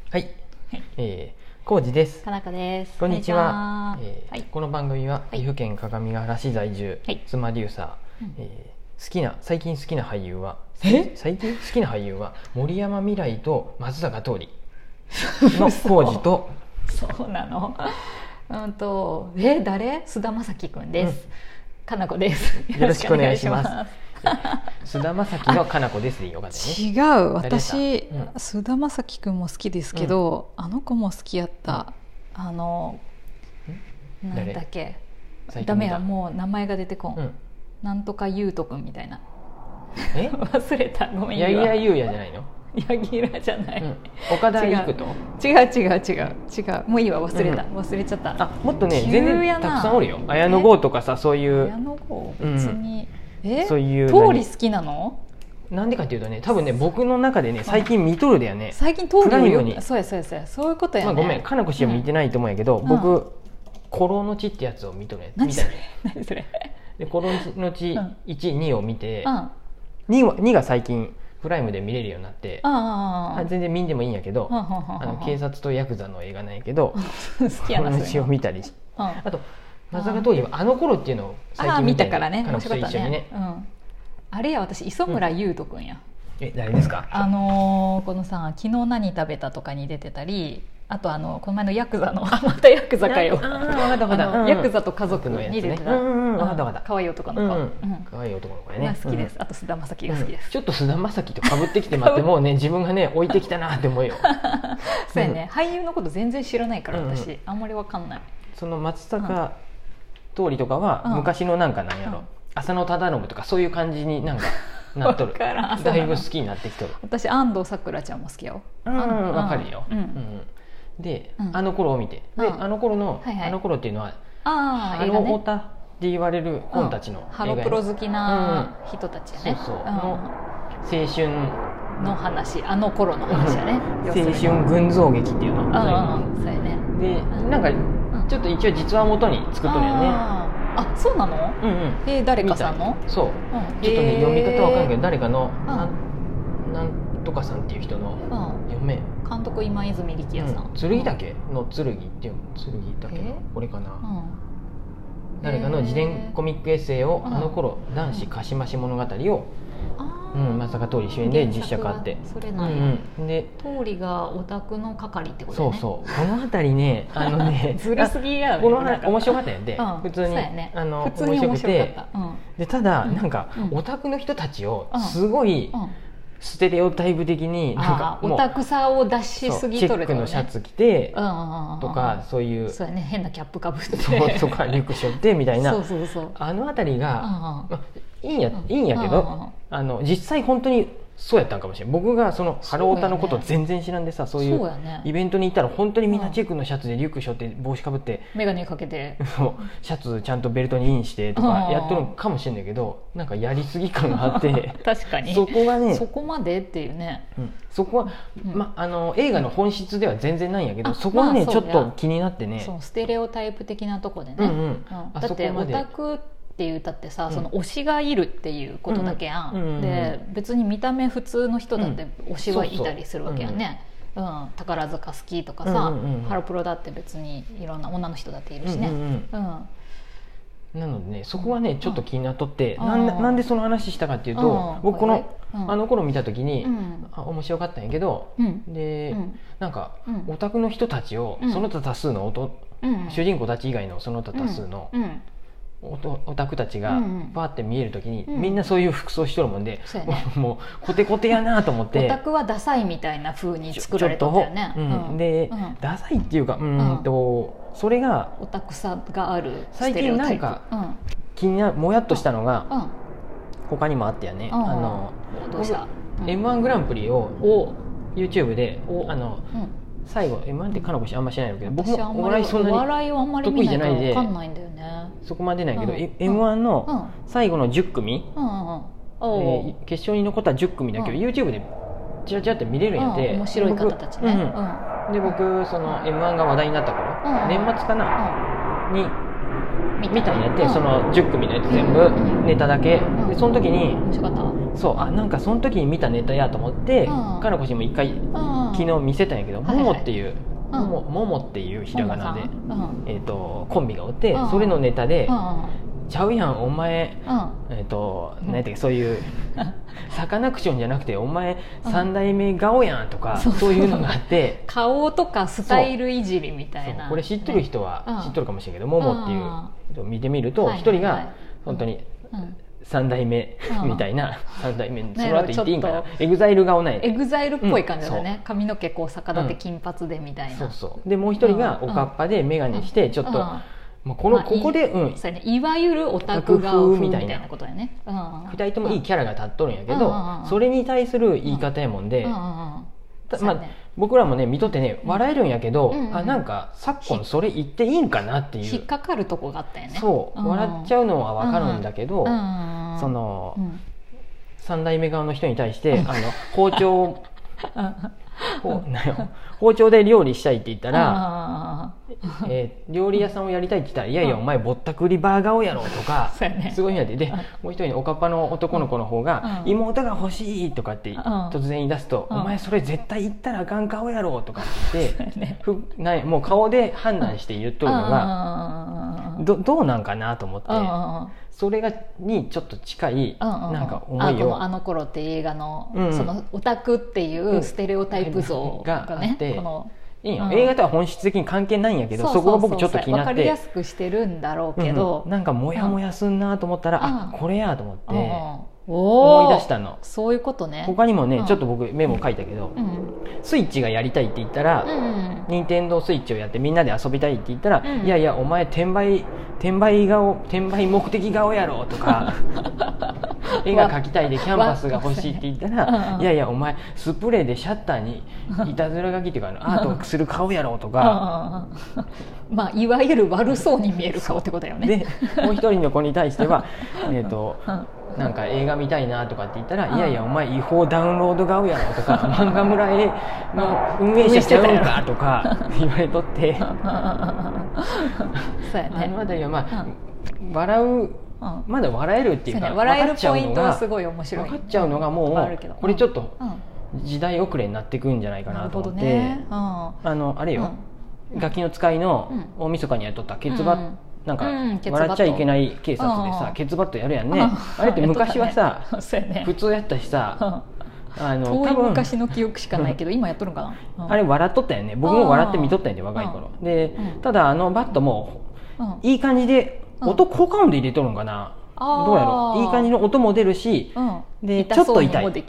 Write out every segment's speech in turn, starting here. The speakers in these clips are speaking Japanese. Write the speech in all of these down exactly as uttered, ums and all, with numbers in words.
はい、えー、浩二です。 かなこです。 こんにちは。えーはい、 この番組は岐阜県各務原市在住、 はい、 妻デューサー、 うんえー、好きな最近好きな俳優はえ最近好きな俳優は森山未來と松坂桃李の浩二とそうなの。うんとえ誰？菅田将暉くんです。うん、かなこです。 よろしくお願いします。菅田将暉のかなこですでよかったね。 違う、私、うん、菅田将暉くんも好きですけど、うん、あの子も好きやった、うん、あのなんだっけ、ダメや、もう名前が出てこん、うん、なんとかゆうとくんみたいな。え忘れた、ごめん。 やぎらゆうやじゃないの？ ヤギラじゃない、うん、 岡田育人。 違う違う違う違う、もういいわ、忘れた、うん、忘れちゃった。 あ、もっとね全然たくさんおるよ。綾野剛とかさ、そういう綾野剛別に、うん、えそういう通り好きなの？ なんでかっていうとね、多分ね僕の中でね最近見とるだよね。 最近通りをよく、そうやそうやそうや、そういうことやね。 まあ、ごめん、かなこ氏は見てないと思うんやけど、うん、僕、うん、古老の地ってやつを見とるやつ。 何それ？何それ？ で古老の地いち、にを見て、 うん、 に, はにが最近プライムで見れるようになって、 ああ全然見んでもいいんやけど、あの警察とヤクザの映画なんやけど好きやな、 それを見たりし、 うん、 あと松坂桃李はあの頃っていうのを最近見た見たからね、 面白かったね。 うん、あれや、私磯村優斗くんや、 うん、え誰ですか？ あのー、このさ、昨日何食べたとかに出てたり、あとあのこの前のヤクザのまたヤクザかよ、ヤクザと家族のに出てた可愛い男の子、 可愛い男の子ね、 好きです。あと菅田将暉が好きです。 ちょっと菅田将暉と被ってきてまって、もうね自分がね置いてきたなって思うよ。 そうやね、俳優のこと全然知らないから私あんまりわかんない。 その松坂桃李とかは昔のなんかなんやろ、浅野忠信とかそういう感じになんかなっとる。だいぶ好きになってきとる。 私安藤サクラちゃんも好きよ。 うん、わかるよ。で、うん、あの頃を見て、で、うん、あの頃の、はいはい、あの頃っていうのはあハロオタって言われる本たちの、 うん、ハロプロ好きな人たちやね、 うん、そうそう、うん、の青春の話、あの頃の話やね、 青春群像劇っていうの、 うん、そうやね。 で、なんかちょっと一応実話元に作っとるよね。 あ、そうなの？うんうん。えー、誰かさんの？ そう、うん、ちょっとね読み方わかんないけど、誰かの、うん、なんなんとかさんっていう人の嫁、 監督今泉力也さん、 うん、剣岳の剣っていう剣岳のこれかな、うん、誰かの自伝コミックエッセイを、あの頃男子かしまし物語を、うん、松坂桃李主演で実写化あって、 それなんや、うん、で桃李がオタクの係ってことだね。 そうそう、この辺りね、あのねずるすぎや、 この辺面白かったんやで、うん、普通に、 ね、 あの普通に面白かった、うん、 でただ、うん、なんか、うん、オタクの人たちをすごい、うんうん、ステレオタイプ的になんかオタクさを出しすぎとる、ね、 チェックのシャツ着てとか、そういうそうやね、変なキャップかぶってとかリュック背負ってみたいな、 そうそうそう、 あの辺りが、まあ、いいんや、いいんやけど、あの実際本当にそうやったんかもしれない。僕がそのハロータのこと全然知らんでさ、そういうイベントに行ったら本当にみんなチェックのシャツでリュック背負って帽子かぶって眼鏡かけてシャツちゃんとベルトにインしてとかやっとるかもしれないけど、なんかやりすぎ感があって確かにそこがね、 そこまでっていうね、 うん、そこは、うん、ま、あの映画の本質では全然ないんやけど、そこはね、まあ、ちょっと気になってね、 そうステレオタイプ的なとこでね、 うんうん、うん、 だってオタクっていうたってさ、その推しがいるっていうことだけやん、うんうんうん、で別に見た目普通の人だって推しはいたりするわけやね、うんうん、宝塚好きとかさ、うんうんうん、ハロプロだって別にいろんな女の人だっているしね、うんうんうんうん、なのでね、そこはねちょっと気になっとって、うん、なんで、なんでその話したかっていうと、うん、僕この、うん、あの頃見た時に、うん、あ面白かったんやけど、うん、で、うん、なんか、うん、オタクの人たちを、うん、その他多数の、うん、主人公たち以外のその他多数の、うんうんオタクたちがバーって見えるときに、うんうん、みんなそういう服装しとるもんで、うん、もうコテコテやなと思って、 オタクはダサいみたいな風に作られたんだよね、 うん、で、うん、ダサいっていうか、うんと、それがオタクさがある最近なんか気になるもやっとしたのが、うん、他にもあってやね、うん、あのどうした、 うん、エムワン グランプリを YouTube であの、うん最後 エムワン ってかのこしあんましないのけど、僕もお笑いそんなに得意じゃないでそこまでないけど、うん、エムワン の最後のじゅっくみ、うんうんえー、決勝に残ったじゅっくみだけど、うん、YouTube でチラチラって見れるんやって、 うん、面白い方たちね、 うんうん、で僕その エムワン が話題になった頃、うん、年末かな、うん、に見たんやって、うん、そのじゅっくみのやつ全部、うん、ネタだけ、うん、でその時にそうあなんかその時に見たネタやと思って、うん、かなこ氏も一回、うん、昨日見せたんやけど、ももっていう、もも、ももっていうひらがなで、うんえー、とコンビがおって、うん、それのネタで、うんちゃうやんお前、うんえー、と何やったっけそういうサカナクションじゃなくてお前三代目顔やんとか、うん、そういうのがあって顔とかスタイルいじりみたいな、 これ知ってる人は知っとるかもしれんけど、ももっていう見てみると一人が本当に三代目みたいな、三代目その後言っていいんかな、エグザイル顔なんや、 エグザイルっぽい感じだね、髪の毛こう逆立て金髪でみたいな、 そうそうでもう一人がおかっぱで眼鏡してちょっとまあ、この、まあ、ここで、うんそうね、いわゆるオタク顔風みたいなことだよね、うん、 ふたりともいいキャラが立っとるんやけど、うん、それに対する言い方やもんで、うんうんうんまあ、僕らもね見とってね笑えるんやけど、うんうん、あなんか昨今それ言っていいんかなっていう引っかかるとこがあったよね、 そう、うん、笑っちゃうのは分かるんだけど、うんうん、その、うん、三代目側の人に対して、うん、あの包丁こうなよ包丁で料理したいって言ったら、えー、料理屋さんをやりたいって言ったらいやいやお前ぼったくりバー顔やろとかすごいんやで、でもう一人おかっぱの男の子の方が妹が欲しいとかって突然言い出すとお前それ絶対言ったらあかん顔やろとかって言ってふないもう顔で判断して言っとるのが ど, どうなんかなと思って。それがにちょっと近いなんか思いを、 あの頃って映画のそのオタクっていうステレオタイプ像がね、このいいよ、うん、映画とは本質的に関係ないんやけど、そこが僕ちょっと気になって分かりやすくしてるんだろうけど、 うん、なんかモヤモヤすんなと思ったら、うん、あこれやと思って思い出したの。 そういうことね。 他にもね、うん、ちょっと僕メモ書いたけど、うん、スイッチがやりたいって言ったら、うん、任天堂スイッチをやってみんなで遊びたいって言ったら、うん、いやいやお前転売転売顔転売目的顔やろとか絵が描きたいでキャンバスが欲しいって言ったらいやいやお前スプレーでシャッターにいたずら書きっていうかアートする顔やろとかまあいわゆる悪そうに見える顔ってことだよね。 でもう一人の子に対してはえっとなんか映画見たいなとかって言ったらいやいやお前違法ダウンロード顔やろとか漫画村への運営者ちゃうんかとか言われとってそうやね、あのあたりはまあ、うん、笑うまだ笑えるっていうか、 ね、笑えるポイントはすごい面白い分かっちゃうのがもうこれちょっと時代遅れになってくんじゃないかなと思って、ねうん、あのあれよ、うん、ガキの使いの大晦日にやっとったケツバッ、うんなんか笑っちゃいけない警察でさ、ケツバットやるやんね。あれって昔はさ、普通やったしさ、 あの遠い昔の記憶しかないけど今やっとるんかな。あれ笑っとったよね。僕も笑って見とったんで若い頃。で、ただあのバットもいい感じで音効果音で入れとるんかな。どうやろういい感じの音も出るし、うん、でちょっと痛い、うん、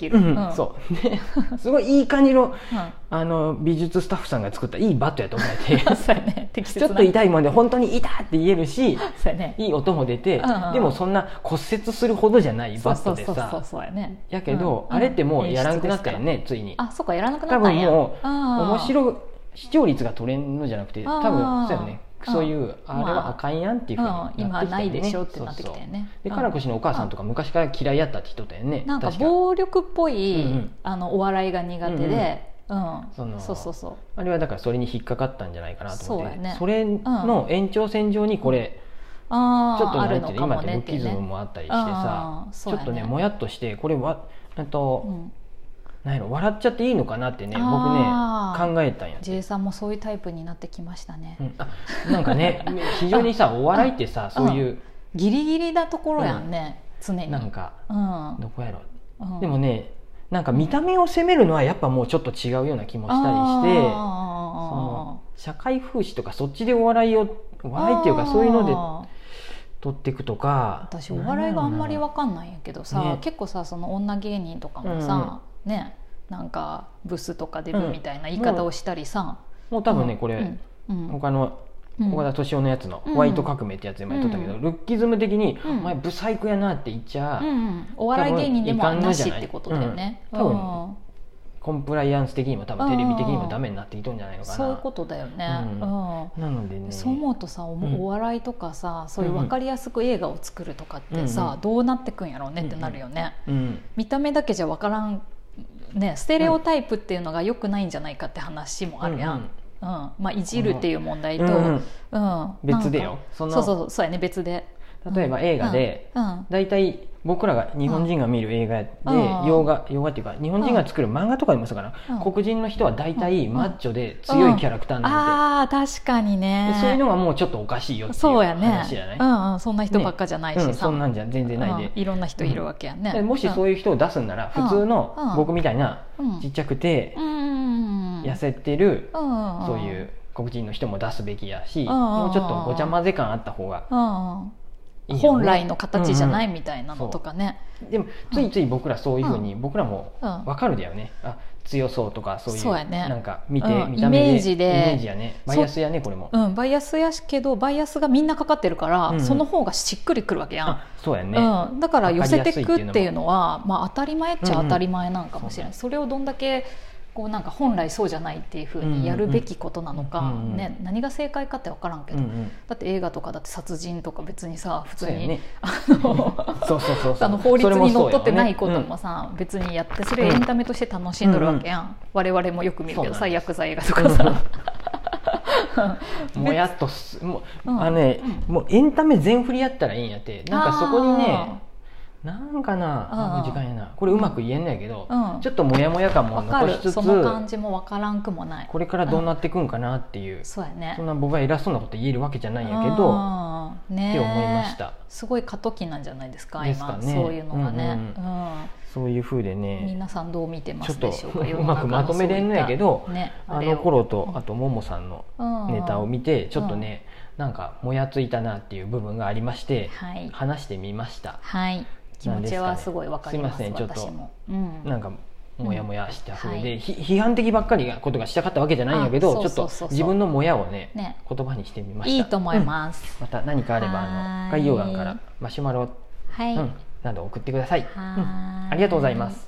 そうですごいいい感じの、うん、あの美術スタッフさんが作ったいいバットやと思えてそうや、ね、ちょっと痛いもんで本当に痛って言えるしそうや、ね、いい音も出て、うんうん、でもそんな骨折するほどじゃないバットでさやけど、うん、あれってもうやらなくなったよね、うん、ついにあそっかやらなくなったんや多分もう面白い視聴率が取れんのじゃなくて多分そうやねそういうあれはあかんやんっていうふうになってきたよね、 今ないでしょってなってきたよね。 でかなこ氏のお母さんとか昔から嫌いやったって人だよね。 なんか暴力っぽい、うんうん、あのお笑いが苦手で、うんうん、そのそうそうそうあれはだからそれに引っかかったんじゃないかなと思って そ,、ね、それの延長線上にこれ、うん、ちょっとなんていうの今ってブッキズムもあったりしてさ、ね、ちょっとねもやっとしてこれはあと、うんなんやろ笑っちゃっていいのかなってね僕ね考えたんや。 J さんもそういうタイプになってきましたね、 うん、あなんかね非常にさお笑いってさそういう、うん、 ギリギリなところやんね、うん、常になんか、うん、どこやろ、うん、でもねなんか見た目を責めるのはやっぱもうちょっと違うような気もしたりしてその社会風刺とかそっちでお笑いをお笑いっていうかそういうので取っていくとか私お笑いがあんまり分かんないんやけどさ、ね、結構さその女芸人とかもさ、うんね、なんかブスとかデブみたいな言い方をしたりさ、 うん、もう多分ねこれ、うん、他の岡田敏夫のやつのホワイト革命ってやつでもやっとったけど、うん、ルッキズム的に、うん、お前ブサイクやなって言っちゃ、うんうん、 お笑い芸人でもなしってことだよね、 うん、多分コンプライアンス的にも多分テレビ的にもダメになっていとんじゃないのかな。 そういうことだよね、うん、 なのでねそう思うとさ お,、うん、お笑いとかさそういう分かりやすく映画を作るとかってさ、うん、どうなってくんやろうねってなるよね、うんうん、見た目だけじゃ分からんね、ステレオタイプっていうのが良くないんじゃないかって話もあるやん、うんうんうんまあ、いじるっていう問題と、うんうん、別でよそのそうそうそうやね別で例えば映画で、うんうん、だいたい僕らが日本人が見る映画で、うん、洋画洋画っていうか日本人が作る漫画とかでもそうかな、うん、黒人の人は大体マッチョで強いキャラクターなんで、うんうん、 ああ確かにね、 そういうのがもうちょっとおかしいよっていう話じゃない？ そうやね、うんうん、そんな人ばっかじゃないしさ、ね、うん、 そんなんじゃ全然ないで、 うん、いろんな人いるわけやね、 うん、もしそういう人を出すんなら、うん、普通の僕みたいなちっちゃくて、うん、痩せてる、うん、そういう黒人の人も出すべきやし、うん、もうちょっとごちゃ混ぜ感あった方が、 うんいいね、本来の形じゃないみたいなのとかね、 うんうん、でもついつい僕らそういうふうに、うん、僕らも分かるだよね、うん、あ強そうとかそういう、 そうやね、 なんか見て、 うん、 見た目でイメージでイメージやね、バイアスやねこれも、 うん、バイアスやしけどバイアスがみんなかかってるから、うん、その方がしっくりくるわけやん、あそうやね、 うん、だから寄せてくっていうのはまあ、当たり前っちゃ当たり前なんかもしれない、うんうん、それをどんだけこうなんか本来そうじゃないっていう風にやるべきことなのか、うんうんね、何が正解かって分からんけど、うんうん、だって映画とかだって殺人とか別にさ普通に法律にのっとってないこともさ、うん、別にやってそれエンタメとして楽しんどるわけやん、うんうん、我々もよく見るけどさヤクザ映画とかさもやっとすもう、うん、あのね、うん、もうエンタメ全振りやったらいいんやって、なんかそこにねなんかな、時間やな、これうまく言えんないけど、うん、ちょっとモヤモヤ感も残しつつ、 その感じもわからんくもない、 これからどうなっていくんかなっていう、うん、 そうやね、 そんな僕が偉そうなこと言えるわけじゃないんやけど、ね、って思いました。 すごい過渡期なんじゃないですか、 ですかね、 今そういうのがね、うんうんうん、そういう風でね、 皆さんどう見てますでしょうか。 ちょっとうまくまとめれんのやけど、ね、あの頃とあとももさんのネタを見てちょっとね、うん、なんかもやついたなっていう部分がありまして、はい、話してみました。 はい、気持ちはすごいわかります。 すいません、ちょっと、うん、なんかもやもやしてふうで、うんはい、批判的ばっかりなことがしたかったわけじゃないんやけど、ちょっと自分のもやを ね, ね言葉にしてみました。 いいと思います、 うん、また何かあればあの概要欄からマシュマロ、はいうん、など送ってください、うん、ありがとうございます。